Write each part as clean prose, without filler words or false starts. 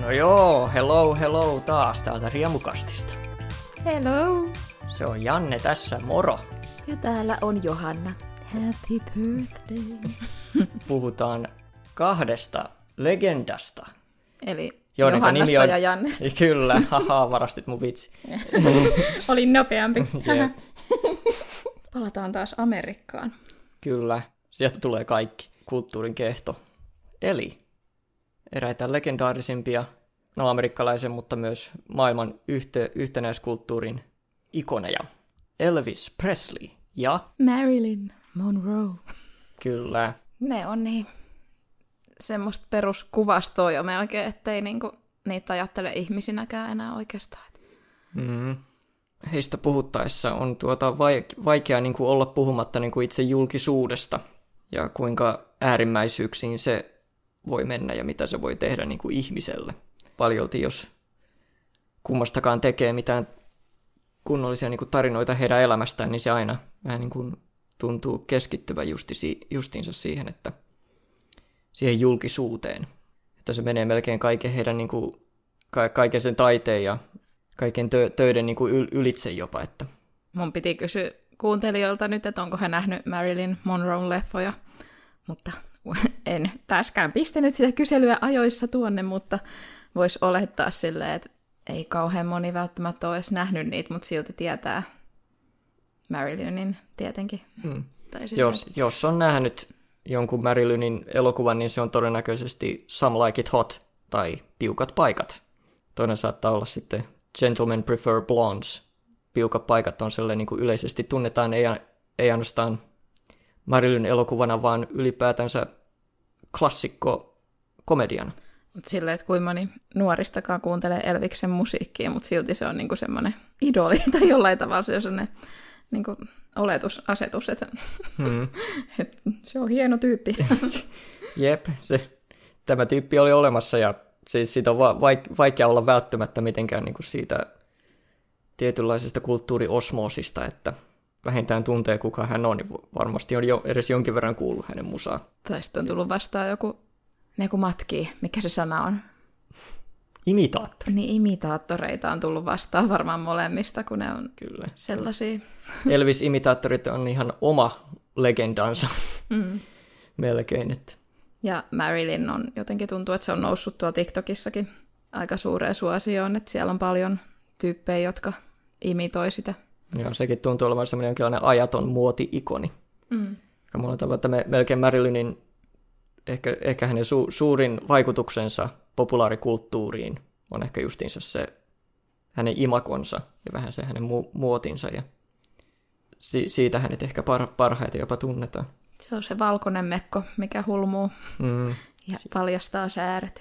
No joo, hello taas täältä Riemukastista. Hello! Se on Janne tässä, moro. Ja täällä on Johanna. Happy birthday! Puhutaan kahdesta legendasta. Eli joidenka Johannasta nimi on... ja Jannesta. Kyllä, haha, varastit mun vitsi. Olin nopeampi. Jep. Palataan taas Amerikkaan. Kyllä, sieltä tulee kaikki, kulttuurin kehto. Eli eräitä legendaarisimpia, no amerikkalaisen, mutta myös maailman yhtenäiskulttuurin ikoneja. Elvis Presley ja... Marilyn Monroe. Kyllä. Ne on niin semmoista peruskuvastoa jo melkein, ettei niitä ajattele ihmisinäkään enää oikeastaan. Heistä puhuttaessa on vaikea olla puhumatta itse julkisuudesta ja kuinka äärimmäisyyksiin se voi mennä ja mitä se voi tehdä ihmiselle. Paljolti, jos kummastakaan tekee mitään kunnollisia tarinoita heidän elämästään, niin se aina vähän tuntuu keskittyvän justiinsa siihen, että siihen julkisuuteen. Että se menee melkein kaiken heidän kaiken sen taiteen ja kaiken töiden ylitse jopa. Että. Mun piti kysyä kuuntelijoilta nyt, että onko he nähnyt Marilyn Monroen leffoja, mutta en taaskaan pistänyt sitä kyselyä ajoissa tuonne, mutta voisi olettaa silleen, että ei kauhean moni välttämättä ole edes nähnyt niitä, mutta silti tietää Marilynin tietenkin. Tai jos on nähnyt jonkun Marilynin elokuvan, niin se on todennäköisesti Some Like It Hot tai Piukat paikat. Toinen saattaa olla sitten Gentlemen Prefer Blondes. Piukat paikat on sellainen yleisesti tunnetaan, ei ainoastaan Marilyn elokuvana, vaan ylipäätänsä klassikko komediana. Silleen, että kuinka moni nuoristakaan kuuntelee Elviksen musiikkia, mutta silti se on semmoinen idoli tai jollain tavalla se on semmoinen oletusasetus, että se on hieno tyyppi. Jep, tämä tyyppi oli olemassa ja siitä on vaikea olla välttämättä mitenkään siitä tietynlaisesta kulttuuriosmoosista, että vähintään tuntee kuka hän on, niin varmasti on jo edes jonkin verran kuullut hänen musaa. Tai sitten on tullut vastaan joku matkii, mikä se sana on? Imitaattori. Niin, imitaattoreita on tullut vastaan varmaan molemmista, kun ne on kyllä sellaisia. Elvis-imitaattorit on ihan oma legendansa melkein. Että. Ja Marilyn on jotenkin tuntuu, että se on noussut tuolla TikTokissakin aika suureen suosioon, että siellä on paljon tyyppejä, jotka imitoi sitä. Joo, sekin tuntuu olevan semmoinen jonkinlainen ajaton muoti-ikoni. Mulla on tavalla, että melkein Marilynin ehkä hänen suurin vaikutuksensa populaarikulttuuriin on ehkä justiinsa se hänen imakonsa ja vähän se hänen muotinsa. Ja siitä hänet ehkä parhaiten jopa tunnetaan. Se on se valkoinen mekko, mikä hulmuu ja paljastaa sääret.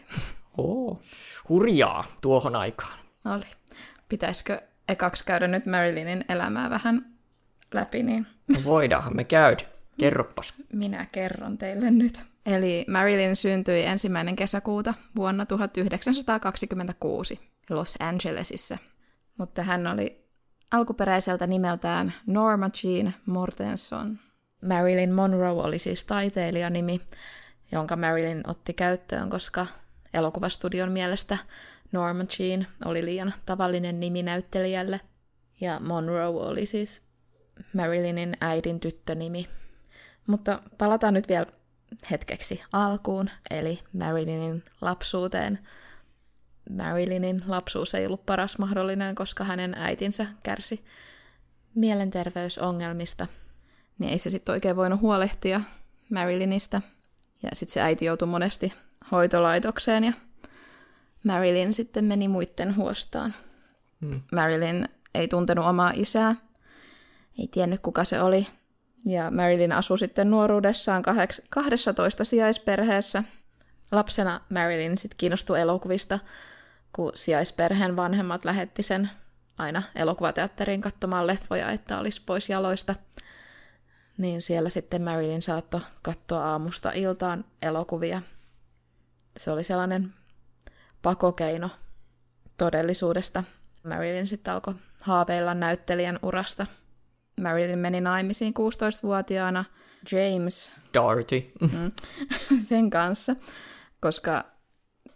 Hurjaa tuohon aikaan. Oli. Pitäisikö ekaksi käydä nyt Marilynin elämää vähän läpi? Niin... No voidaanhan me käydä. Kerroppas. Minä kerron teille nyt. Eli Marilyn syntyi 1. kesäkuuta vuonna 1926 Los Angelesissa. Mutta hän oli alkuperäiseltä nimeltään Norma Jean Mortenson. Marilyn Monroe oli siis taiteilijanimi, jonka Marilyn otti käyttöön, koska elokuvastudion mielestä Norma Jean oli liian tavallinen nimi näyttelijälle. Ja Monroe oli siis Marilynin äidin tyttönimi. Mutta palataan nyt vielä hetkeksi alkuun, eli Marilynin lapsuuteen. Marilynin lapsuus ei ollut paras mahdollinen, koska hänen äitinsä kärsi mielenterveysongelmista. Niin ei se sitten oikein voinut huolehtia Marilynistä. Ja sitten se äiti joutui monesti hoitolaitokseen ja Marilyn sitten meni muitten huostaan. Marilyn ei tuntenut omaa isää, ei tiennyt kuka se oli. Ja Marilyn asui sitten nuoruudessaan 12 sijaisperheessä. Lapsena Marilyn sitten kiinnostui elokuvista, kun sijaisperheen vanhemmat lähetti sen aina elokuvateatteriin katsomaan leffoja, että olisi pois jaloista. Niin siellä sitten Marilyn saattoi katsoa aamusta iltaan elokuvia. Se oli sellainen pakokeino todellisuudesta. Marilyn sitten alkoi haaveilla näyttelijän urasta. Marilyn meni naimisiin 16-vuotiaana James Doherty sen kanssa, koska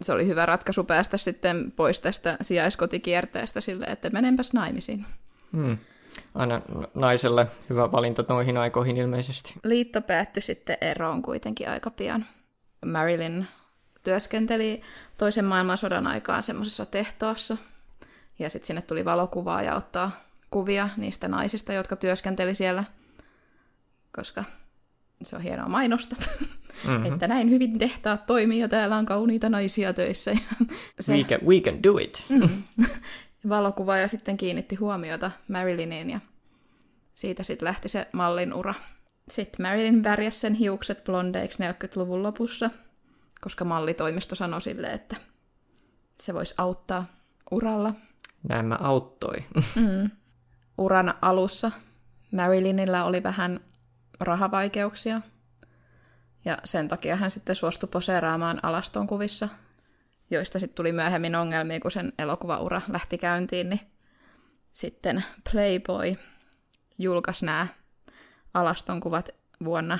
se oli hyvä ratkaisu päästä sitten pois tästä sijaiskotikierteestä silleen, että menenpäs naimisiin. Aina naiselle hyvä valinta noihin aikoihin ilmeisesti. Liitto päättyi sitten eroon kuitenkin aika pian. Marilyn työskenteli toisen maailmansodan aikaan semmoisessa tehtaassa, ja sitten sinne tuli valokuvaa ja ottaa kuvia niistä naisista, jotka työskenteli siellä, koska se on hienoa mainosta, että näin hyvin tehtaat toimii ja täällä on kauniita naisia töissä. We can do it. Valokuvaaja sitten kiinnitti huomiota Marilyniin ja siitä sitten lähti se mallin ura. Sitten Marilyn värjäsi sen hiukset blondeiksi 40-luvun lopussa, koska mallitoimisto sanoi sille, että se voisi auttaa uralla. Näin mä auttoi. Uran alussa Marilynillä oli vähän rahavaikeuksia, ja sen takia hän sitten suostui poseeraamaan alastonkuvissa, joista sitten tuli myöhemmin ongelmia, kun sen elokuvaura lähti käyntiin, niin sitten Playboy julkaisi nämä alastonkuvat vuonna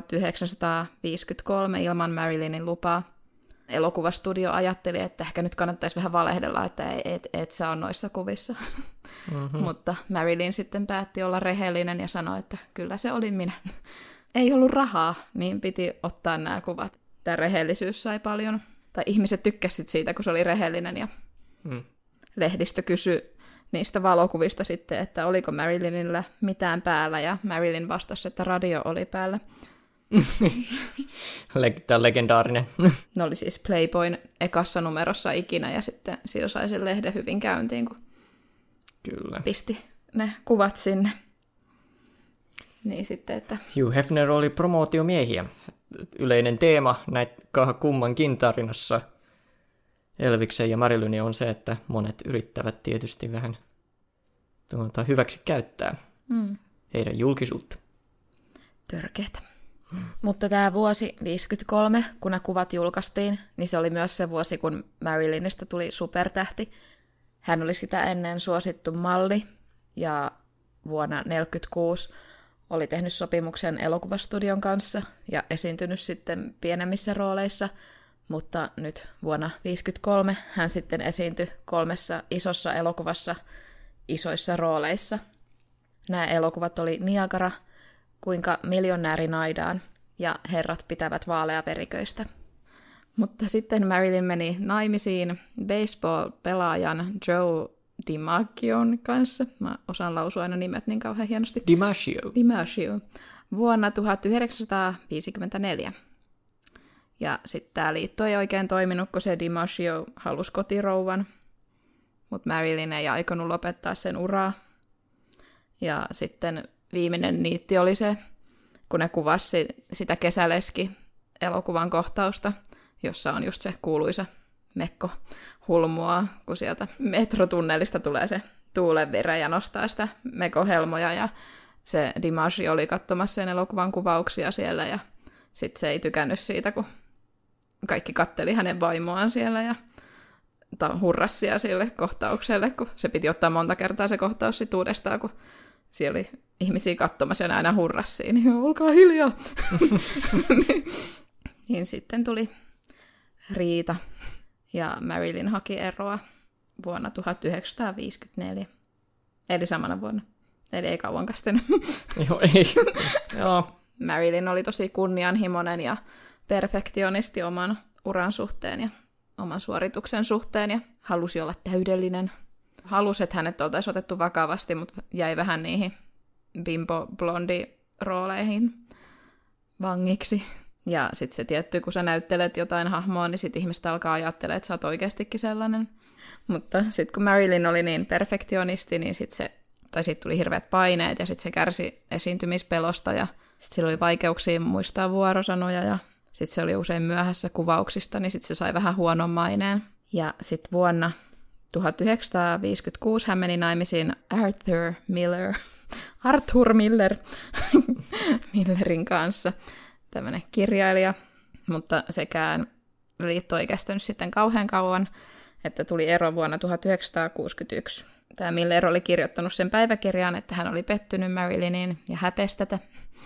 1953 ilman Marilynin lupaa. Elokuvastudio ajatteli, että ehkä nyt kannattaisi vähän valehdella, että et sä ole noissa kuvissa. Mutta Marilyn sitten päätti olla rehellinen ja sanoi, että kyllä se oli minä. Ei ollut rahaa, niin piti ottaa nämä kuvat. Tämä rehellisyys sai paljon, tai ihmiset tykkäsivät siitä, kun se oli rehellinen, ja lehdistö kysyi niistä valokuvista sitten, että oliko Marilynillä mitään päällä, ja Marilyn vastasi, että radio oli päällä. Tämä on legendaarinen. Ne oli siis Playboyn ekassa numerossa ikinä, ja sitten sillä sai sen lehden hyvin käyntiin, kun Kyllä. pisti ne kuvat sinne. Niin sitten, että Hugh Hefner oli promootiomiehiä. Yleinen teema näitä kummankin tarinassa Elviksen ja Marilynin on se, että monet yrittävät tietysti vähän hyväksi käyttää heidän julkisuutta. Törkeetä. Mutta tämä vuosi 1953, kun nämä kuvat julkaistiin, niin se oli myös se vuosi, kun Marilynistä tuli supertähti. Hän oli sitä ennen suosittu malli, ja vuonna 1946 oli tehnyt sopimuksen elokuvastudion kanssa ja esiintynyt sitten pienemmissä rooleissa, mutta nyt vuonna 1953 hän sitten esiintyi 3 isossa elokuvassa isoissa rooleissa. Nämä elokuvat oli Niagara, Kuinka miljonääri naidaan ja Herrat pitävät vaaleaperiköistä. Mutta sitten Marilyn meni naimisiin baseball-pelaajan Joe DiMaggion kanssa. Mä osaan lausua aina nimet niin kauhean hienosti. DiMaggio. Vuonna 1954. Ja sitten tämä liitto ei oikein toiminut, kun se DiMaggio halusi kotirouvan. Mutta Marilyn ei aikonut lopettaa sen uraa. Ja sitten viimeinen niitti oli se, kun ne kuvasi sitä kesäleski-elokuvan kohtausta, jossa on just se kuuluisa Mekko hulmua, kun sieltä metrotunnelista tulee se tuulenvire ja nostaa sitä Mekko-helmoja, ja se DiMaggio oli katsomassa sen elokuvan kuvauksia siellä, ja sitten se ei tykännyt siitä, kun kaikki katteli hänen vaimoaan siellä, ja hurrassia sille kohtaukselle, kun se piti ottaa monta kertaa se kohtaus sit uudestaan, kun siellä oli ihmisiä katsomassa ja aina hurrassiin, niin olkaa hiljaa. Niin sitten tuli riita, ja Marilyn haki eroa vuonna 1954. Eli samana vuonna. Eli ei kauan kestänyt. Joo, ei. Joo. Marilyn oli tosi kunnianhimoinen ja perfektionisti oman uran suhteen ja oman suorituksen suhteen, ja halusi olla täydellinen. Halusi, että hänet oltaisiin otettu vakavasti, mutta jäi vähän niihin bimbo-blondi-rooleihin vangiksi. Ja sitten se tietty, kun sä näyttelet jotain hahmoa, niin sitten ihmiset alkaa ajattelemaan, että sä oot oikeastikin sellainen. Mutta sitten kun Marilyn oli niin perfektionisti, niin siitä tuli hirveät paineet, ja sitten se kärsi esiintymispelosta, ja sitten sillä oli vaikeuksia muistaa vuorosanoja, ja sitten se oli usein myöhässä kuvauksista, niin sitten se sai vähän huonon maineen. Ja sitten vuonna 1956 hän meni naimisiin Arthur Millerin kanssa, tämmöinen kirjailija, mutta sekään liitto ei kestänyt sitten kauhean kauan, että tuli ero vuonna 1961. Tämä Miller oli kirjoittanut sen päiväkirjaan, että hän oli pettynyt Marilyniin ja häpesi tätä.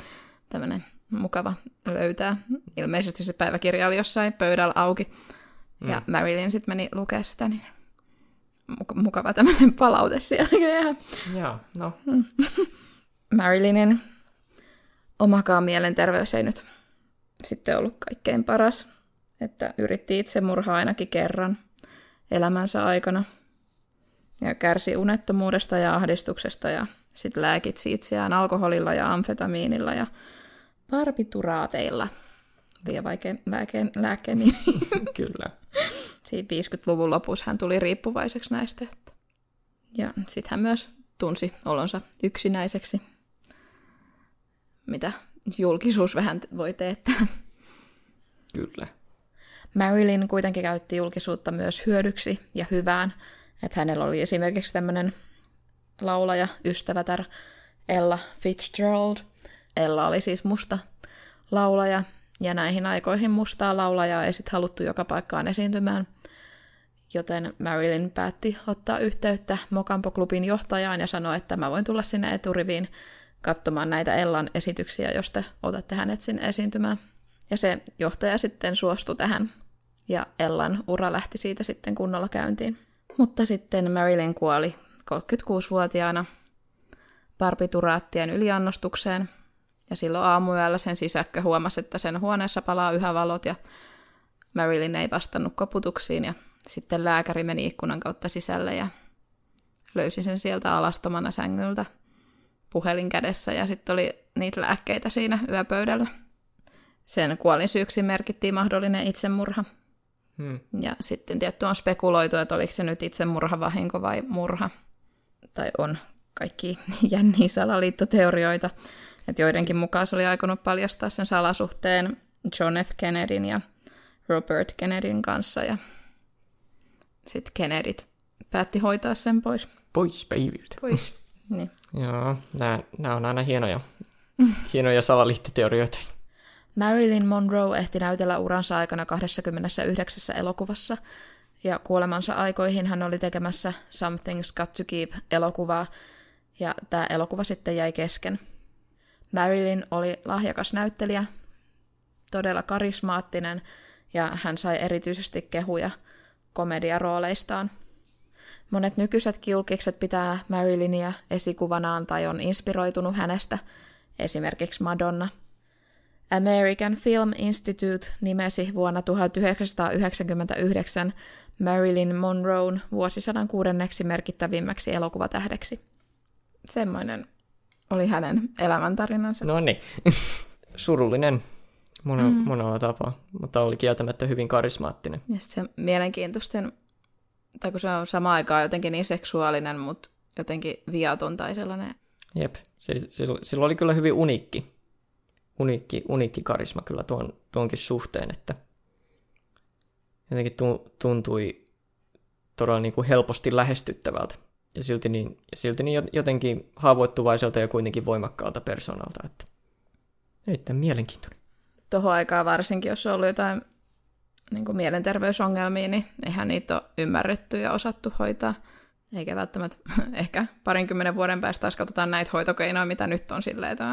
Tämmöinen mukava löytää. Ilmeisesti se päiväkirja oli jossain pöydällä auki Ja Marilyn sitten meni lukea sitä, niin mukava tämmöinen palaute siellä. Joo, no. Marilynin omakaan mielenterveys ei nyt sitten ollut kaikkein paras, että yritti itsemurhaa ainakin kerran elämänsä aikana ja kärsi unettomuudesta ja ahdistuksesta ja sitten lääkitsi itseään alkoholilla ja amfetamiinilla ja barbituraateilla. Liian vaikea lääkkeen nimi. Kyllä. Siinä 50-luvun lopussa hän tuli riippuvaiseksi näistä. Ja sitten hän myös tunsi olonsa yksinäiseksi, mitä julkisuus vähän voi teettää. Kyllä. Marilyn kuitenkin käytti julkisuutta myös hyödyksi ja hyvään. Että hänellä oli esimerkiksi tämmöinen laulaja, ystävätär Ella Fitzgerald. Ella oli siis musta laulaja, ja näihin aikoihin mustaa laulajaa ei sitten haluttu joka paikkaan esiintymään. Joten Marilyn päätti ottaa yhteyttä Mocambo-klubin johtajaan ja sanoi, että mä voin tulla sinne eturiviin katsomaan näitä Ellan esityksiä, jos te otatte hänet sinne esiintymään. Ja se johtaja sitten suostui tähän, ja Ellan ura lähti siitä sitten kunnolla käyntiin. Mutta sitten Marilyn kuoli 36-vuotiaana barbituraattien yliannostukseen, ja silloin aamuyöllä sen sisäkkö huomasi, että sen huoneessa palaa yhä valot, ja Marilyn ei vastannut koputuksiin, ja sitten lääkäri meni ikkunan kautta sisälle ja löysi sen sieltä alastomana sängyltä puhelin kädessä, ja sitten oli niitä lääkkeitä siinä yöpöydällä. Sen kuolinsyyksi merkittiin mahdollinen itsemurha. Ja sitten tietty on spekuloitu, että oliko se nyt itsemurha, vahinko vai murha. Tai on kaikki jänniä salaliittoteorioita. Että joidenkin mukaan se oli aikonut paljastaa sen salasuhteen John F. Kennedyn ja Robert Kennedyn kanssa. Ja sitten Kennedyt päätti hoitaa sen pois. Pois päiviltä. Pois, niin. Joo, nämä on aina hienoja salaliittoteorioita. Marilyn Monroe ehti näytellä uransa aikana 29 elokuvassa, ja kuolemansa aikoihin hän oli tekemässä Something's Got to Give-elokuvaa, ja tämä elokuva sitten jäi kesken. Marilyn oli lahjakas näyttelijä, todella karismaattinen, ja hän sai erityisesti kehuja komediarooleistaan. Monet nykyisetkin julkikset pitää Marilynia esikuvanaan tai on inspiroitunut hänestä, esimerkiksi Madonna. American Film Institute nimesi vuonna 1999 Marilyn Monroen vuosisadan 6. merkittävimmäksi elokuvatähdeksi. Semmoinen oli hänen elämäntarinansa. No niin, surullinen monella tapaa, mutta oli kieltämättä hyvin karismaattinen. Ja se mielenkiintoisten, tai kun se on samaan aikaan jotenkin niin seksuaalinen, mutta jotenkin viaton tai sellainen. Jep, sillä oli kyllä hyvin uniikki karisma kyllä tuonkin suhteen, että jotenkin tuntui todella niin kuin helposti lähestyttävältä ja silti niin jotenkin haavoittuvaiselta ja kuitenkin voimakkaalta persoonalta, että erittäin mielenkiintoinen. Tuohon aikaan varsinkin, jos on ollut jotain niin kuin mielenterveysongelmia, niin eihän niitä ole ymmärretty ja osattu hoitaa. Eikä välttämättä ehkä 20 vuoden päästä taas katsotaan näitä hoitokeinoja, mitä nyt on silleen, että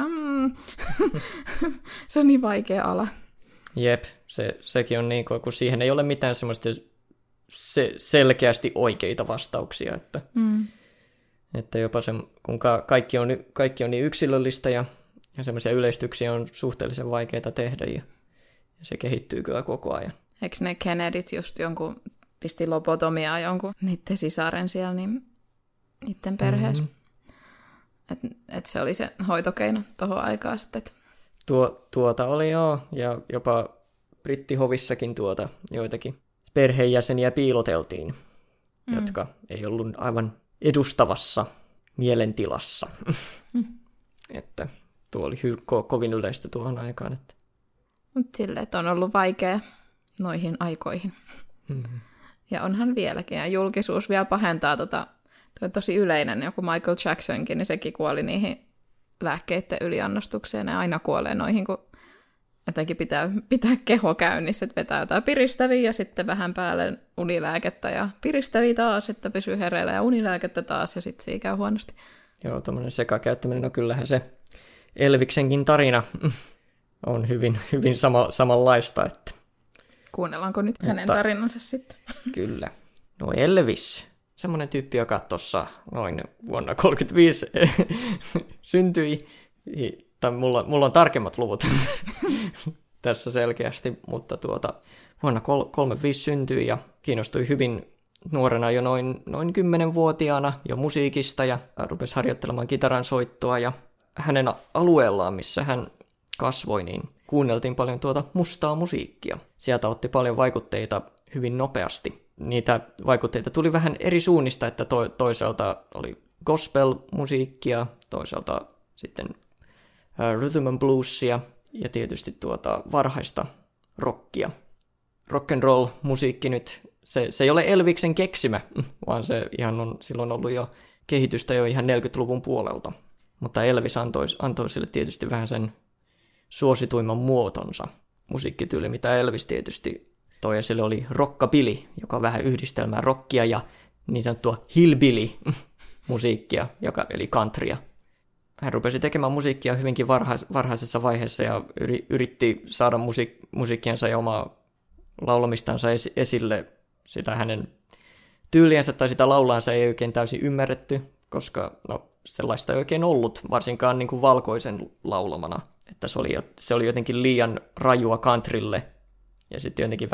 se on niin vaikea ala. Jep, sekin on niin, kun siihen ei ole mitään semmoista selkeästi oikeita vastauksia, että jopa se, kun kaikki on niin yksilöllistä ja semmoisia yleistyksiä on suhteellisen vaikeita tehdä ja se kehittyy kyllä koko ajan. Eikö ne Kennedyt just jonkun pisti lobotomiaa jonkun niiden sisaren siellä, niin niiden perheessä. Et se oli se hoitokeino tuohon aikaan sitten. Tuota oli joo, ja jopa brittihovissakin joitakin perheenjäseniä piiloteltiin, jotka ei ollut aivan edustavassa mielentilassa. Että tuo oli kovin yleistä tuohon aikaan. Että... Mutta silleen, että on ollut vaikea noihin aikoihin. Ja onhan vieläkin, ja julkisuus vielä pahentaa toi tosi yleinen, joku Michael Jacksonkin, niin sekin kuoli niihin lääkkeiden yliannostukseen, ja aina kuolee noihin, kun jotenkin pitää keho käynnissä, että vetää jotain piristäviä, ja sitten vähän päälle unilääkettä, ja piristäviä taas, että pysyy hereillä, ja unilääkettä taas, ja sitten siinä käy huonosti. Joo, tommoinen sekakäyttäminen, no kyllähän se Elviksenkin tarina on hyvin samanlaista, että... Kuunnellaanko nyt hänen tarinansa sitten? Kyllä. No Elvis, semmoinen tyyppi, joka tuossa noin vuonna 1935 syntyi. Tai mulla on tarkemmat luvut tässä selkeästi, mutta vuonna 1935 syntyi ja kiinnostui hyvin nuorena jo noin 10-vuotiaana jo musiikista ja rupesi harjoittelemaan kitaran soittoa ja hänen alueellaan, missä hän kasvoi, niin kuunneltiin paljon mustaa musiikkia. Sieltä otti paljon vaikutteita hyvin nopeasti. Niitä vaikutteita tuli vähän eri suunnista, että toisaalta oli gospel-musiikkia, toisaalta sitten rhythm and bluesia ja tietysti varhaista rockia. Rock and roll musiikki nyt, se ei ole Elviksen keksimä, vaan se ihan on silloin ollut jo kehitystä jo ihan 40-luvun puolelta. Mutta Elvis antoi sille tietysti vähän sen suosituimman muotonsa. Musiikkityyli, mitä Elvis tietysti toi esille, oli rockabilly, joka on vähän yhdistelmää rockia ja niin sanottua hillbilly-musiikkia, eli countrya. Hän rupesi tekemään musiikkia hyvinkin varhaisessa vaiheessa ja yritti saada musiikkiansa ja omaa laulamistansa esille. Sitä hänen tyyliänsä tai sitä laulaansa ei oikein täysin ymmärretty, koska sellaista ei oikein ollut, varsinkaan niin kuin valkoisen laulamana. Että se oli jotenkin liian rajua countrylle ja sitten jotenkin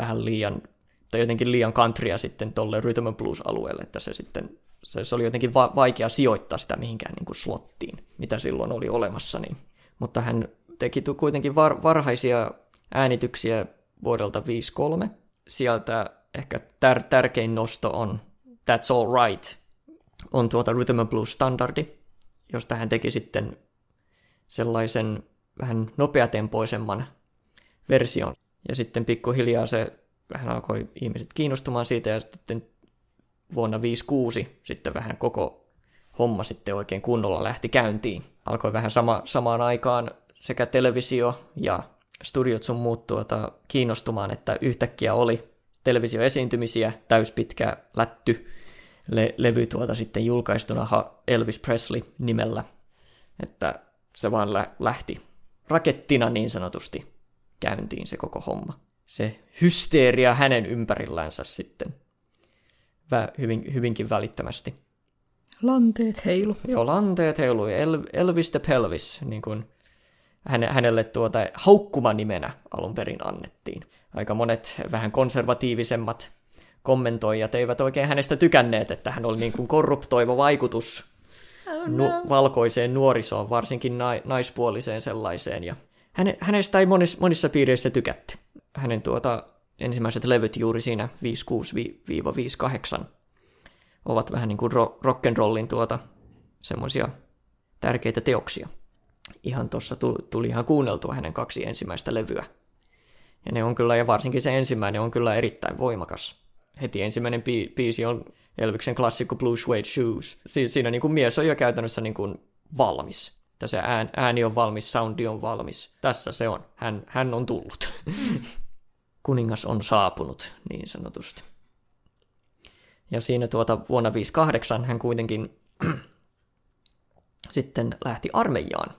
liian countrya sitten tolle rhythm and blues-alueelle, että se oli jotenkin vaikea sijoittaa sitä mihinkään niin kuin slottiin, mitä silloin oli olemassa. Niin. Mutta hän teki kuitenkin varhaisia äänityksiä vuodelta 1953. Sieltä ehkä tärkein nosto on That's All Right, on rhythm and blues standardi, josta hän teki sitten sellaisen vähän nopeatempoisemman version. Ja sitten pikkuhiljaa se vähän alkoi ihmiset kiinnostumaan siitä, ja sitten vuonna 1956 sitten vähän koko homma sitten oikein kunnolla lähti käyntiin. Alkoi vähän samaan aikaan sekä televisio ja studiot sun muut kiinnostumaan, että yhtäkkiä oli televisioesiintymisiä, täyspitkä levy sitten julkaistuna Elvis Presley nimellä, että se vaan lähti rakettina niin sanotusti käyntiin se koko homma. Se hysteeria hänen ympärillänsä sitten hyvinkin välittömästi. Lanteet heilu. Joo, lanteet heilu. Elvis the Pelvis, niin kuin hänelle haukkuma-nimenä alun perin annettiin. Aika monet vähän konservatiivisemmat kommentoijat eivät oikein hänestä tykänneet, että hän oli niin kuin korruptoiva vaikutus valkoiseen nuorisoon, varsinkin naispuoliseen sellaiseen. Ja hänestä ei monissa piireissä tykätty. Hänen ensimmäiset levyt juuri siinä 56-58 ovat vähän niin kuin rock'n'rollin semmoisia tärkeitä teoksia. Ihan tuossa tuli ihan kuunneltua hänen 2 ensimmäistä levyä. Ja ne on kyllä, ja varsinkin se ensimmäinen on kyllä erittäin voimakas. Heti ensimmäinen biisi on Elviksen klassikko Blue Suede Shoes. Siinä niin kuin mies on jo käytännössä niin kuin valmis. Se ääni on valmis, soundi on valmis. Tässä se on. Hän on tullut. Kuningas on saapunut, niin sanotusti. Ja siinä vuonna 1958 hän kuitenkin sitten lähti armeijaan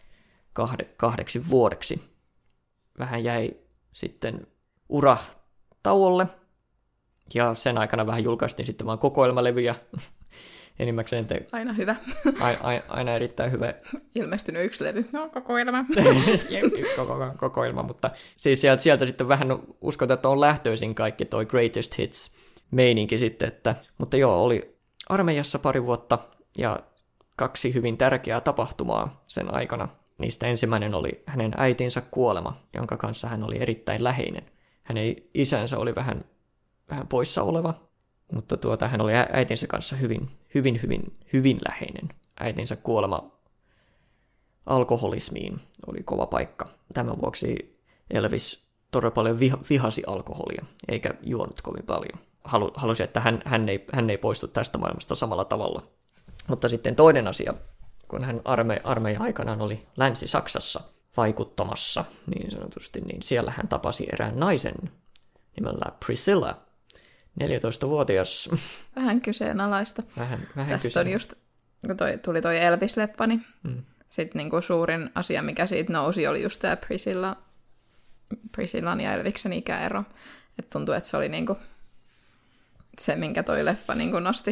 2 vuodeksi. Vähän jäi sitten ura tauolle, ja sen aikana vähän julkaistiin sitten vaan kokoelmalevyjä. Enimmäkseen aina hyvä. Aina erittäin hyvä. Ilmestynyt 1 levy. No, kokoelma. Kokoelma, mutta siis sieltä sitten vähän uskotaan, että on lähtöisin kaikki toi Greatest Hits meininki sitten, mutta joo, oli armeijassa 2 vuotta ja 2 hyvin tärkeää tapahtumaa sen aikana. Niistä ensimmäinen oli hänen äitinsä kuolema, jonka kanssa hän oli erittäin läheinen. Hänen isänsä oli vähän poissa oleva, mutta hän oli äitinsä kanssa hyvin läheinen. Äitinsä kuolema alkoholismiin oli kova paikka. Tämän vuoksi Elvis todella paljon vihasi alkoholia, eikä juonut kovin paljon. Halusi, että hän ei poistu tästä maailmasta samalla tavalla. Mutta sitten toinen asia, kun hän armeijan aikanaan oli Länsi-Saksassa vaikuttamassa, niin sanotusti, niin siellä hän tapasi erään naisen nimellä Priscilla, 14-vuotias. Vähän kyseenalaista. Vähän tästä on just, kun tuli toi Elvis-leppa, niin sitten niinku suurin asia, mikä siitä nousi, oli just tämä Priscilla Priscillan ja Elviksen ikäero. Että tuntuu, että se oli niinku se, minkä toi leffa niinku nosti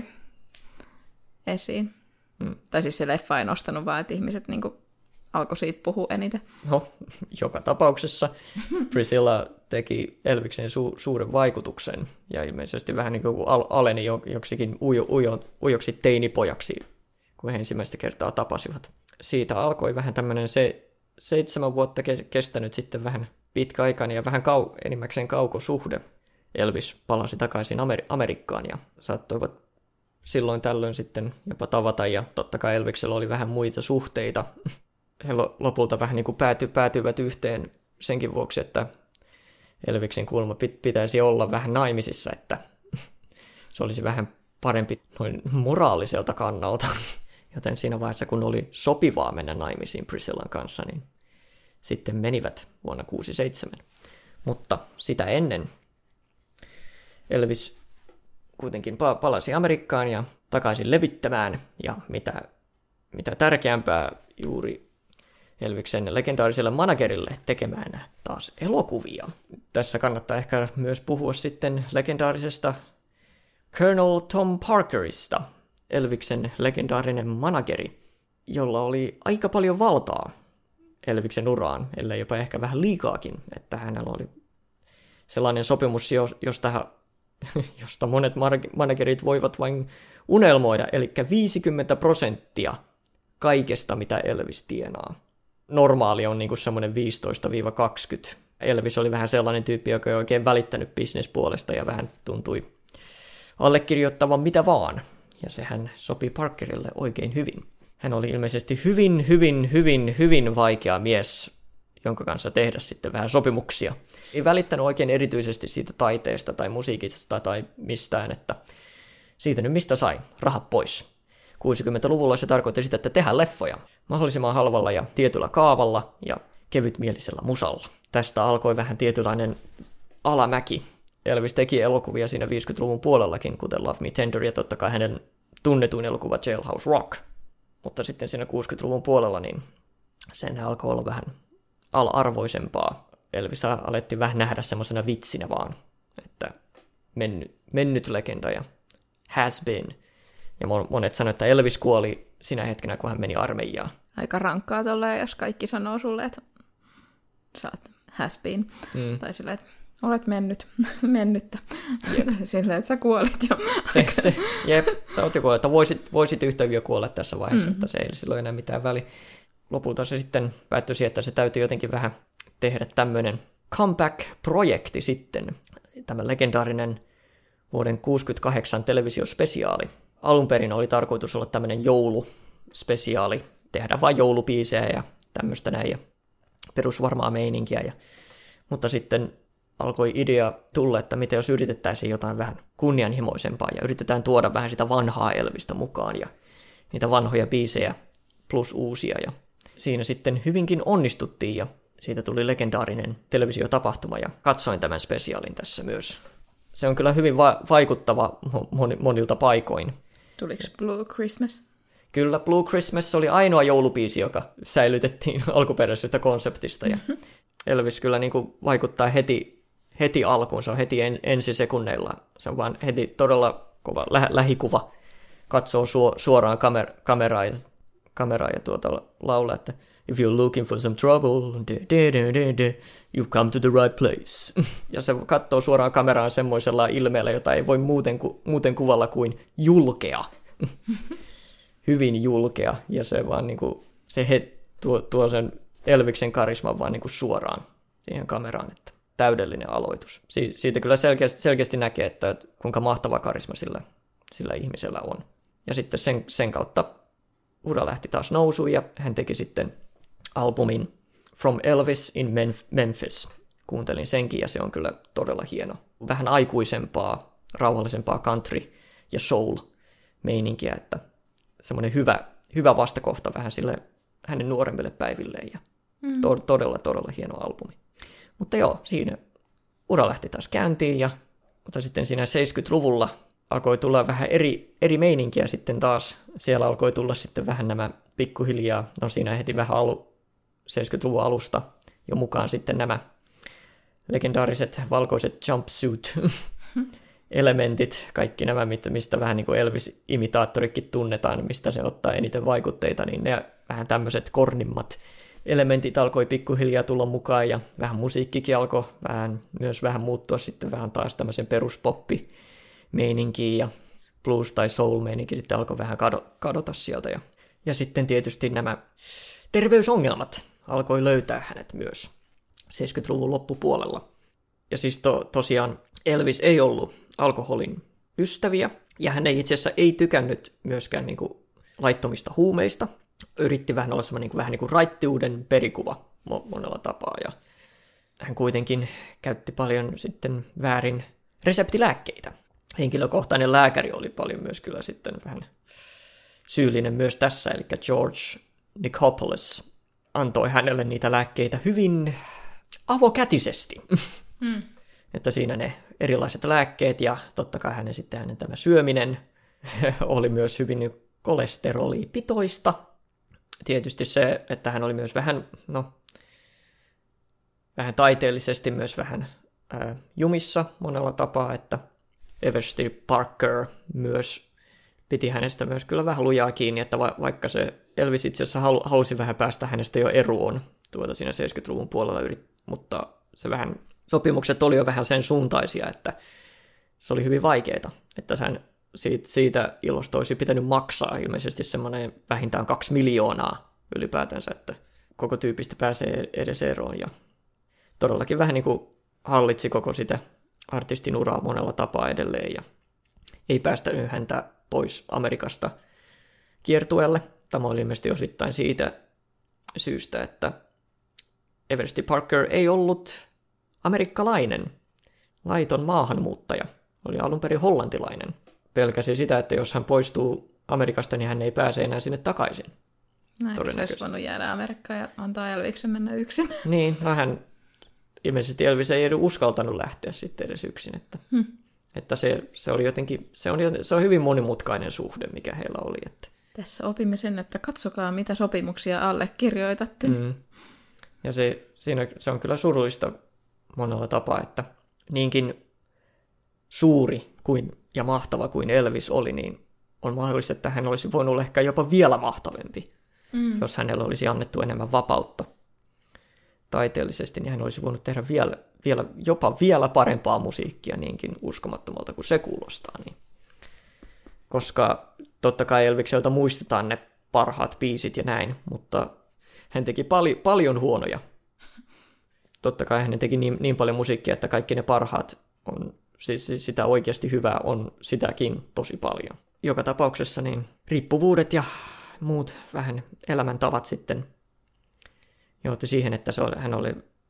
esiin. Tai siis se leffa ei nostanut, vaan että ihmiset niinku alkoi siitä puhua eniten. No, joka tapauksessa Priscilla teki Elviksen suuren vaikutuksen ja ilmeisesti vähän niin kuin aleni joksikin ujoksi teinipojaksi, kun he ensimmäistä kertaa tapasivat. Siitä alkoi vähän tämmöinen se 7 vuotta kestänyt sitten vähän pitkäaikainen ja vähän enimmäkseen kaukosuhde. Elvis palasi takaisin Amerikkaan ja saattoivat silloin tällöin sitten jopa tavata, ja totta kai Elviksellä oli vähän muita suhteita. He lopulta vähän niin kuin päätyivät yhteen senkin vuoksi, että Elviksen kuulemma pitäisi olla vähän naimisissa, että se olisi vähän parempi noin moraaliselta kannalta. Joten siinä vaiheessa, kun oli sopivaa mennä naimisiin Priscillan kanssa, niin sitten menivät vuonna 1967. Mutta sitä ennen Elvis kuitenkin palasi Amerikkaan ja takaisin levittämään, ja mitä tärkeämpää juuri Elviksen legendaariselle managerille tekemään taas elokuvia. Tässä kannattaa ehkä myös puhua sitten legendaarisesta Colonel Tom Parkerista, Elviksen legendaarinen manageri, jolla oli aika paljon valtaa Elviksen uraan, ellei jopa ehkä vähän liikaakin, että hänellä oli sellainen sopimus, josta monet managerit voivat vain unelmoida, eli 50% kaikesta, mitä Elvis tienaa. Normaali on niin semmoinen 15-20. Elvis oli vähän sellainen tyyppi, joka ei oikein välittänyt bisnespuolesta ja vähän tuntui allekirjoittavan mitä vaan. Ja sehän sopi Parkerille oikein hyvin. Hän oli ilmeisesti hyvin vaikea mies, jonka kanssa tehdä sitten vähän sopimuksia. Ei välittänyt oikein erityisesti siitä taiteesta tai musiikista tai mistään, että siitä nyt mistä sai, rahat pois. 60-luvulla se tarkoitti sitä, että tehdään leffoja mahdollisimman halvalla ja tietyllä kaavalla ja kevytmielisellä musalla. Tästä alkoi vähän tietynlainen alamäki. Elvis teki elokuvia siinä 50-luvun puolellakin, kuten Love Me Tender ja totta kai hänen tunnetuin elokuva Jailhouse Rock. Mutta sitten siinä 60-luvun puolella niin sen alkoi olla vähän ala-arvoisempaa. Elvis alettiin vähän nähdä semmoisena vitsinä vaan, että mennyt legenda ja has been. Ja monet sanoivat, että Elvis kuoli sinä hetkenä, kun hän meni armeijaan. Aika rankkaa tolleen, jos kaikki sanoo sulle, että sä oot has been. Tai silleen, että olet mennyttä. Silleen, että sä kuolit jo. Sä oot jo kuollut, että voisit yhtä hyvin kuolla tässä vaiheessa, että se ei silloin enää mitään väliä. Lopulta se sitten päättyi siihen, että se täytyy jotenkin vähän tehdä tämmöinen comeback-projekti sitten. Tämä legendaarinen vuoden 1968 televisiospesiaali. Alun perin oli tarkoitus olla tämmöinen jouluspesiaali, tehdä vain joulubiisejä ja tämmöistä näin, ja perusvarmaa meininkiä. Mutta sitten alkoi idea tulla, että miten jos yritettäisiin jotain vähän kunnianhimoisempaa, ja yritetään tuoda vähän sitä vanhaa Elvistä mukaan, ja niitä vanhoja biisejä plus uusia, ja siinä sitten hyvinkin onnistuttiin, ja siitä tuli legendaarinen televisiotapahtuma, ja katsoin tämän spesiaalin tässä myös. Se on kyllä hyvin vaikuttava monilta paikoin. Tuliko Blue Christmas? Kyllä, Blue Christmas oli ainoa joulubiisi, joka säilytettiin alkuperäisestä konseptista. Ja Elvis kyllä niin kuin vaikuttaa heti alkuun, se on heti ensisekunneilla. Se on vaan heti todella kova lähikuva. Katsoo suoraan kameraa ja laulaa, että if you're looking for some trouble, you come to the right place. Ja se katsoo suoraan kameraan semmoisella ilmeellä, jota ei voi muuten kuvalla kuin julkea. Hyvin julkea. Ja se vaan niinku, tuo sen Elviksen karisman vaan niinku suoraan siihen kameraan, että täydellinen aloitus. Siitä kyllä selkeästi näkee, että kuinka mahtava karisma sillä ihmisellä on. Ja sitten sen kautta ura lähti taas nousuun, ja hän teki sitten albumin From Elvis in Memphis. Kuuntelin senkin, ja se on kyllä todella hieno. Vähän aikuisempaa, rauhallisempaa country- ja soul-meininkiä, että semmoinen hyvä vastakohta vähän sille hänen nuoremmille päivilleen, ja todella hieno albumi. Mutta joo, siinä ura lähti taas käyntiin, mutta sitten siinä 70-luvulla alkoi tulla vähän eri meininkiä sitten taas. Siellä alkoi tulla sitten vähän nämä pikkuhiljaa, no siinä heti vähän 70-luvun alusta jo mukaan sitten nämä legendaariset valkoiset jumpsuit-elementit, kaikki nämä, mistä vähän niin kuin Elvis-imitaattorikin tunnetaan, mistä se ottaa eniten vaikutteita, niin ne vähän tämmöiset kornimmat elementit alkoi pikkuhiljaa tulla mukaan, ja vähän musiikkikin alkoi myös vähän muuttua sitten vähän taas tämmöisen peruspoppi-meininkiin, ja blues- tai soul-meininki sitten alkoi vähän kadota sieltä, ja sitten tietysti nämä terveysongelmat alkoi löytää hänet myös 70-luvun loppupuolella. Ja siis tosiaan Elvis ei ollut alkoholin ystäviä, ja hän ei itse asiassa ei tykännyt myöskään niin kuin laittomista huumeista. Yritti vähän olla semmoinen vähän niin kuin raittiuden perikuva monella tapaa, ja hän kuitenkin käytti paljon sitten väärin reseptilääkkeitä. Henkilökohtainen lääkäri oli paljon myös kyllä sitten vähän syyllinen myös tässä, eli George Nicopolis antoi hänelle niitä lääkkeitä hyvin avokätisesti. Että siinä ne erilaiset lääkkeet ja totta kai hänen tämä syöminen oli myös hyvin kolesterolipitoista. Tietysti se, että hän oli myös vähän taiteellisesti myös vähän jumissa monella tapaa, että Eversley Parker myös piti hänestä myös kyllä vähän lujaa kiinni, että vaikka se Elvis itse asiassa halusi vähän päästä hänestä jo eroon siinä 70-luvun puolella, mutta se vähän, sopimukset oli jo vähän sen suuntaisia, että se oli hyvin vaikeaa, että siitä ilosta olisi pitänyt maksaa ilmeisesti semmoinen vähintään 2 miljoonaa ylipäätänsä, että koko tyypistä pääsee edes eroon, ja todellakin vähän niin kuin hallitsi koko sitä artistin uraa monella tapaa edelleen, ja ei päästänyt häntä pois Amerikasta kiertueelle. Tämä oli ilmeisesti osittain siitä syystä, että Eversley Parker ei ollut amerikkalainen, laiton maahanmuuttaja. Oli alun perin hollantilainen. Pelkäsi sitä, että jos hän poistuu Amerikasta, niin hän ei pääse enää sinne takaisin. Eikö se olisi voinut jäädä Amerikkaan ja antaa Elviksen mennä yksin? Niin, hän ilmeisesti Elvis ei edes uskaltanut lähteä sitten edes yksin. Että se oli jotenkin, se on hyvin monimutkainen suhde, mikä heillä oli. Että. Tässä opimme sen, että katsokaa, mitä sopimuksia allekirjoitatte. Ja se on kyllä surullista monella tapaa, että niinkin suuri ja mahtava kuin Elvis oli, niin on mahdollista, että hän olisi voinut olla ehkä jopa vielä mahtavampi, jos hänellä olisi annettu enemmän vapautta taiteellisesti, niin hän olisi voinut tehdä jopa vielä parempaa musiikkia niinkin uskomattomalta kuin se kuulostaa. Niin. Koska totta kai Elvikseltä muistetaan ne parhaat biisit ja näin, mutta hän teki paljon huonoja. Totta kai hän teki niin paljon musiikkia, että kaikki ne parhaat on, siis sitä oikeasti hyvää on sitäkin tosi paljon. Joka tapauksessa niin riippuvuudet ja muut vähän elämäntavat sitten johti siihen, että hän oli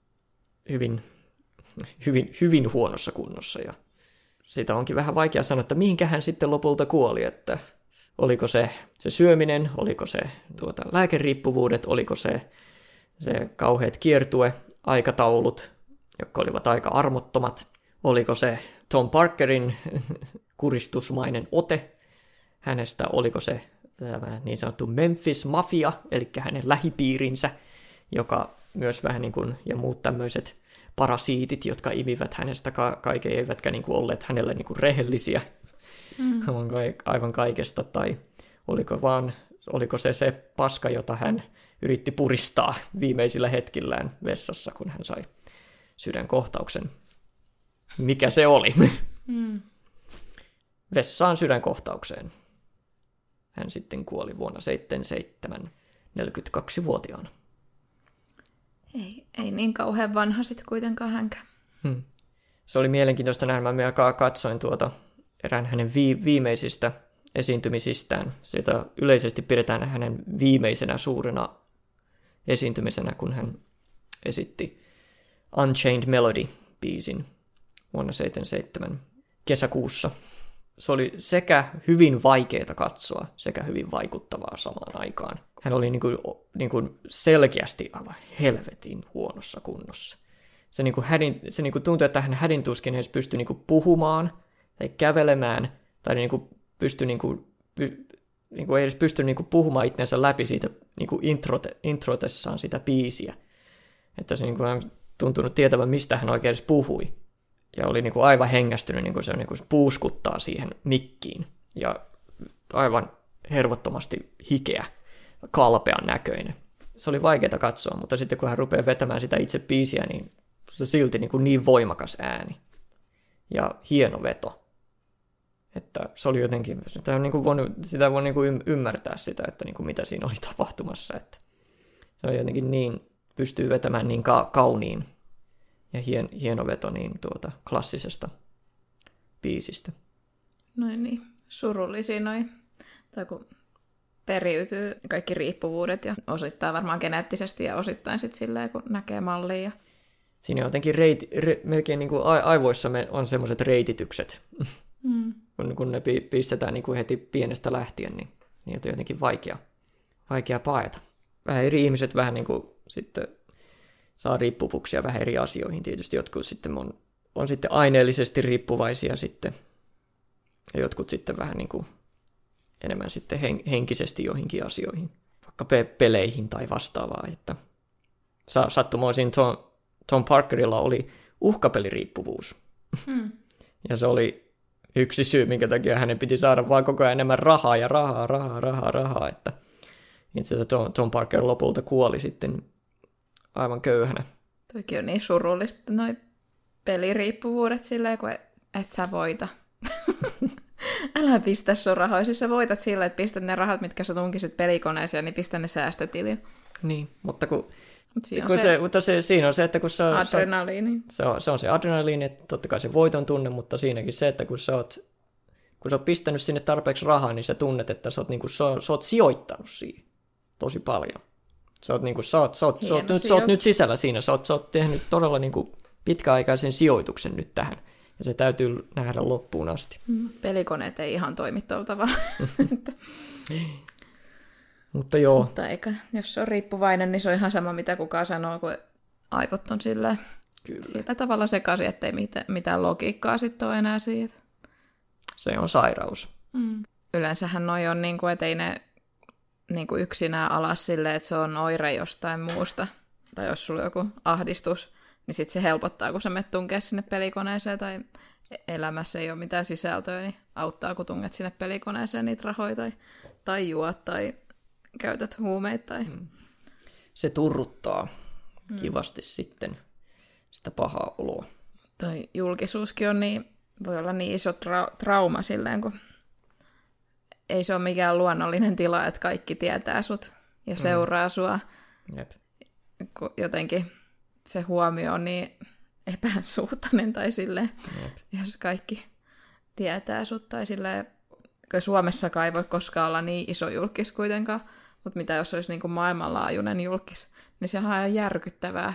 hyvin huonossa kunnossa. Ja sitä onkin vähän vaikea sanoa, että mihinkä hän sitten lopulta kuoli, että oliko se syöminen, oliko se lääkeriippuvuudet, oliko se kauheat kiertue-aikataulut, jotka olivat aika armottomat, oliko se Tom Parkerin kuristusmainen ote hänestä, oliko se tämä niin sanottu Memphis Mafia, eli hänen lähipiirinsä, joka myös vähän niin kuin, ja muut tämmöiset parasiitit, jotka imivät hänestä kaiken, eivätkä niin kuin olleet hänelle niin kuin rehellisiä aivan kaikesta, tai oliko se paska, jota hän yritti puristaa viimeisillä hetkillään vessassa, kun hän sai sydänkohtauksen. Mikä se oli? Vessaan sydänkohtaukseen. Hän sitten kuoli vuonna 1977, 42-vuotiaana. Ei niin kauhean vanha sitten kuitenkaan hänkään. Se oli mielenkiintoista nähdä. Mä katsoin erään hänen viimeisistä esiintymisistään. Sitä yleisesti pidetään hänen viimeisenä suurena esiintymisenä, kun hän esitti Unchained Melody-biisin vuonna 1977 kesäkuussa. Se oli sekä hyvin vaikeaa katsoa, sekä hyvin vaikuttavaa samaan aikaan. Hän oli niin kuin selkeästi aivan helvetin huonossa kunnossa. Se tuntui, että hän hädintuskin edes pystyi niin kuin puhumaan tai kävelemään, tai ei edes pystynyt niin kuin puhumaan itsensä läpi siitä niin kuin introtessaan sitä biisiä. Että se niin kuin tuntunut tietävän, mistä hän oikein puhui. Ja oli niin kuin aivan hengästynyt, niin kuin se niin kuin puuskuttaa siihen mikkiin. Ja aivan hervottomasti hikeä, kalpean näköinen. Se oli vaikeaa katsoa, mutta sitten kun hän rupeaa vetämään sitä itse biisiä, niin se silti niin voimakas ääni. Ja hieno veto. Että se oli jotenkin, sitä voi niin kuin ymmärtää sitä, että niin kuin mitä siinä oli tapahtumassa. Että se on jotenkin niin, pystyy vetämään niin kauniin ja hieno veto niin klassisesta biisistä. Noin niin, surullisia noin. Tai kun periytyy kaikki riippuvuudet ja osittain varmaan geneettisesti ja osittain sitten silleen, kun näkee mallia. Ja... Siinä on jotenkin melkein niin kuin aivoissa on semmoiset reititykset. Kun ne pistetään niin kuin heti pienestä lähtien, niin niitä on jotenkin vaikea paeta. Vähän eri ihmiset vähän niin kuin sitten saa riippuvuuksia vähän eri asioihin. Tietysti jotkut sitten on sitten aineellisesti riippuvaisia sitten, ja jotkut sitten vähän niin kuin enemmän sitten henkisesti joihinkin asioihin, vaikka peleihin tai vastaavaa. Että sattumoisin Tom Parkerilla oli uhkapeliriippuvuus. Ja se oli yksi syy, minkä takia hänen piti saada vaan koko ajan enemmän rahaa ja rahaa. Että itse asiassa Tom Parker lopulta kuoli sitten aivan köyhänä. Toikin on niin surullista, noi peliriippuvuudet silleen, kun et sä voita. Älä pistä sun rahoja. Siis sä voitat sillä, että pistät ne rahat, mitkä sä tunkisit pelikoneeseen, niin pistä ne säästötiliin. Niin, mutta siinä on se, että kun adrenaliini. Se on se adrenaliini, että totta kai se voiton tunne, mutta siinäkin se, että kun sä oot pistänyt sinne tarpeeksi rahaa, niin sä tunnet, että sä oot sijoittanut siihen tosi paljon. Sä oot nyt sisällä siinä, sä oot tehnyt todella niin kuin pitkäaikaisen sijoituksen nyt tähän. Ja se täytyy nähdä loppuun asti. Pelikoneet ei ihan toimi tuolla tavalla. Mutta joo. Mutta eikä, jos se on riippuvainen, niin se on ihan sama, mitä kukaan sanoo, kun aivot on sillä tavalla sekaisin, ettei mitään logiikkaa sitten ole enää siitä. Se on sairaus. Yleensähän noi on, niin kuin, että ei ne niin kuin yksinään alas silleen, että se on oire jostain muusta. Tai jos sulla on joku ahdistus, niin sitten se helpottaa, kun sä menet tunkea sinne pelikoneeseen tai elämässä ei ole mitään sisältöä, niin auttaa, kun tunget sinne pelikoneeseen niitä rahoja tai juot tai käytät huumeita. Se turruttaa kivasti sitten sitä pahaa oloa. Toi julkisuuskin on voi olla niin iso trauma silleen, kun ei se ole mikään luonnollinen tila, että kaikki tietää sut ja seuraa sua. Jep. Kun jotenkin se huomio on niin epäsuhtainen tai silleen, jos kaikki tietää sut tai silleen, kun Suomessakaan ei voi koskaan olla niin iso julkis kuitenkaan, mutta mitä jos olisi niin kuin maailmanlaajuinen julkis, niin sehän on ihan järkyttävää.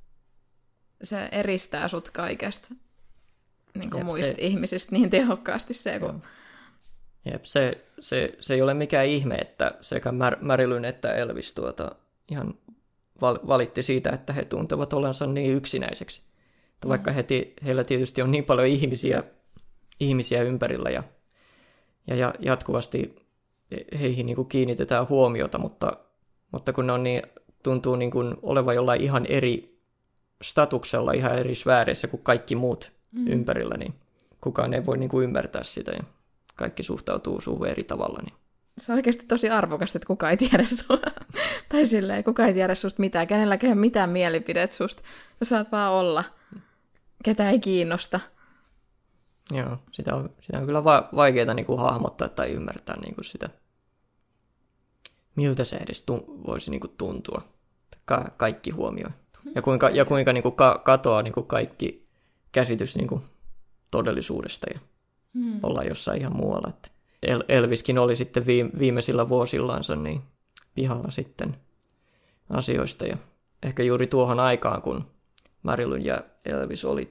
Se eristää sut kaikesta niin kuin muista ihmisistä niin tehokkaasti se, kun... Jep, se ei ole mikään ihme, että sekä Marilyn että Elvis ihan valitti siitä, että he tuntevat olensa niin yksinäiseksi. Vaikka heillä tietysti on niin paljon ihmisiä ympärillä ja jatkuvasti heihin niin kuin kiinnitetään huomiota, mutta kun ne on tuntuu niin kuin olevan jollain ihan eri statuksella, ihan eri sfääreissä kuin kaikki muut ympärillä, niin kukaan ei voi niin kuin ymmärtää sitä ja kaikki suhtautuu suhun eri tavalla. Niin. Se on oikeasti tosi arvokasta, että kukaan ei tiedä sua. Tai silleen, kukaan ei tiedä susta mitään. Kenelläkään ei ole mitään mielipidet susta. Sä saat vaan olla. Ketä ei kiinnosta. Joo, sitä on kyllä vaikeaa niin kuin hahmottaa tai ymmärtää niin kuin sitä, miltä se edes voisi niin kuin tuntua. Kaikki huomioi. Ja kuinka niin kuin katoaa niin kuin kaikki käsitys niin kuin todellisuudesta ja ollaan jossain ihan muualla. Että Elviskin oli sitten viimeisillä vuosillaansa niin pihalla sitten asioista. Ja ehkä juuri tuohon aikaan, kun Marilyn ja Elvis oli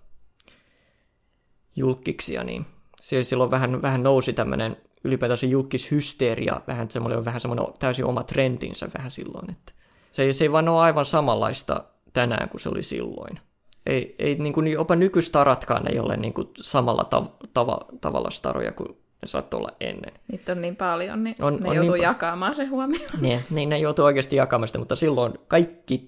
julkkiksia, niin silloin vähän nousi tämmöinen ylipäätänsä julkishysteeria, vähän semmoinen täysin oma trendinsä vähän silloin. Että se ei vaan ole aivan samanlaista tänään kuin se oli silloin. Ei niin kuin jopa nykystaratkaan ei ole niin kuin samalla tavalla staroja kuin ne saattoi olla ennen. Niitä on niin paljon, niin ne joutuu jakamaan se huomioon. Niin, ne joutuu oikeasti jakamaan sitä, mutta silloin kaikki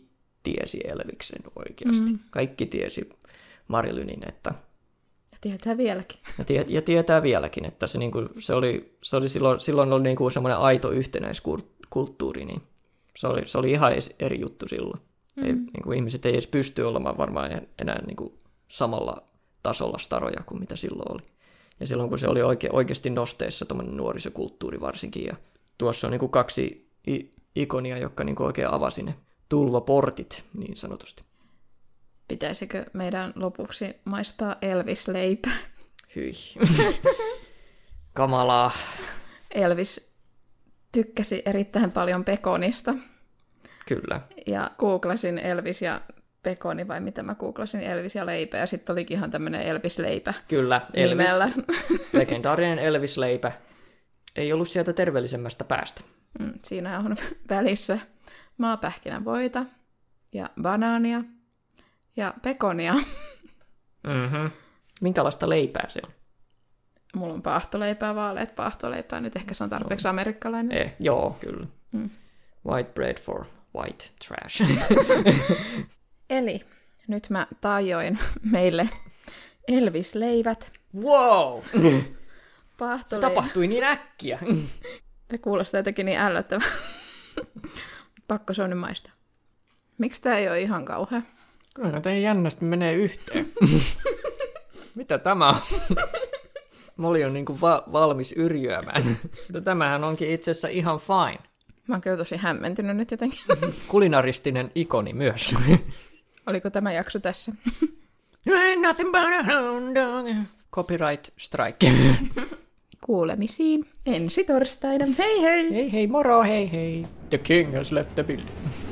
tiesi Elviksen oikeasti. Kaikki tiesi Marilynin, että... Ja tietää vieläkin. Ja tietää vieläkin, että se oli silloin oli niin kuin semmoinen aito yhtenäiskulttuuri, niin se oli ihan eri juttu silloin. Niin kuin ihmiset ei edes pysty olemaan varmaan enää niin kuin samalla tasolla staroja kuin mitä silloin oli. Ja silloin kun se oli oikeasti nosteessa, tämmöinen nuorisokulttuuri varsinkin, ja tuossa on niin kuin 2 ikonia, jotka niin kuin oikein avasi ne tulvaportit niin sanotusti. Pitäisikö meidän lopuksi maistaa Elvis-leipää? Hyi. Kamalaa. Elvis tykkäsi erittäin paljon pekonista. Kyllä. Ja googlasin Elvis ja pekoni, vai mitä mä googlasin, Elvis ja leipä, ja sitten olikin ihan tämmöinen Elvis-leipä. Kyllä, nimellä. Legendaarinen Elvis-leipä. Ei ollut sieltä terveellisemmästä päästä. Siinä on välissä maapähkinänvoita ja banaania ja pekonia. Mm-hmm. Minkälaista leipää se on? Mulla on paahtoleipää, vaaleat paahtoleipää. Nyt ehkä se on tarpeeksi amerikkalainen. Joo, kyllä. White bread for white trash. Eli nyt mä tajoin meille Elvis-leivät. Wow! Se Paahtoleipä. tapahtui niin äkkiä. Tämä kuulostaa jotenkin niin ällöttävää. Pakko se on nyt maistaa. Miksi tää ei ole ihan kauhea? Kyllä tämä jännästi menee yhteen. Mitä tämä on? Molly on niin kuin valmis yrjöämään. Mutta tämähän onkin itse asiassa ihan fine. Mä oon kyllä tosi hämmentynyt nyt jotenkin. Kulinaristinen ikoni myös. Oliko tämä jakso tässä? You ain't nothing but a hound dog. Copyright strike. Kuulemisiin ensi torstaina. Hei hei! Hei hei, moro, hei hei. The king has left the building.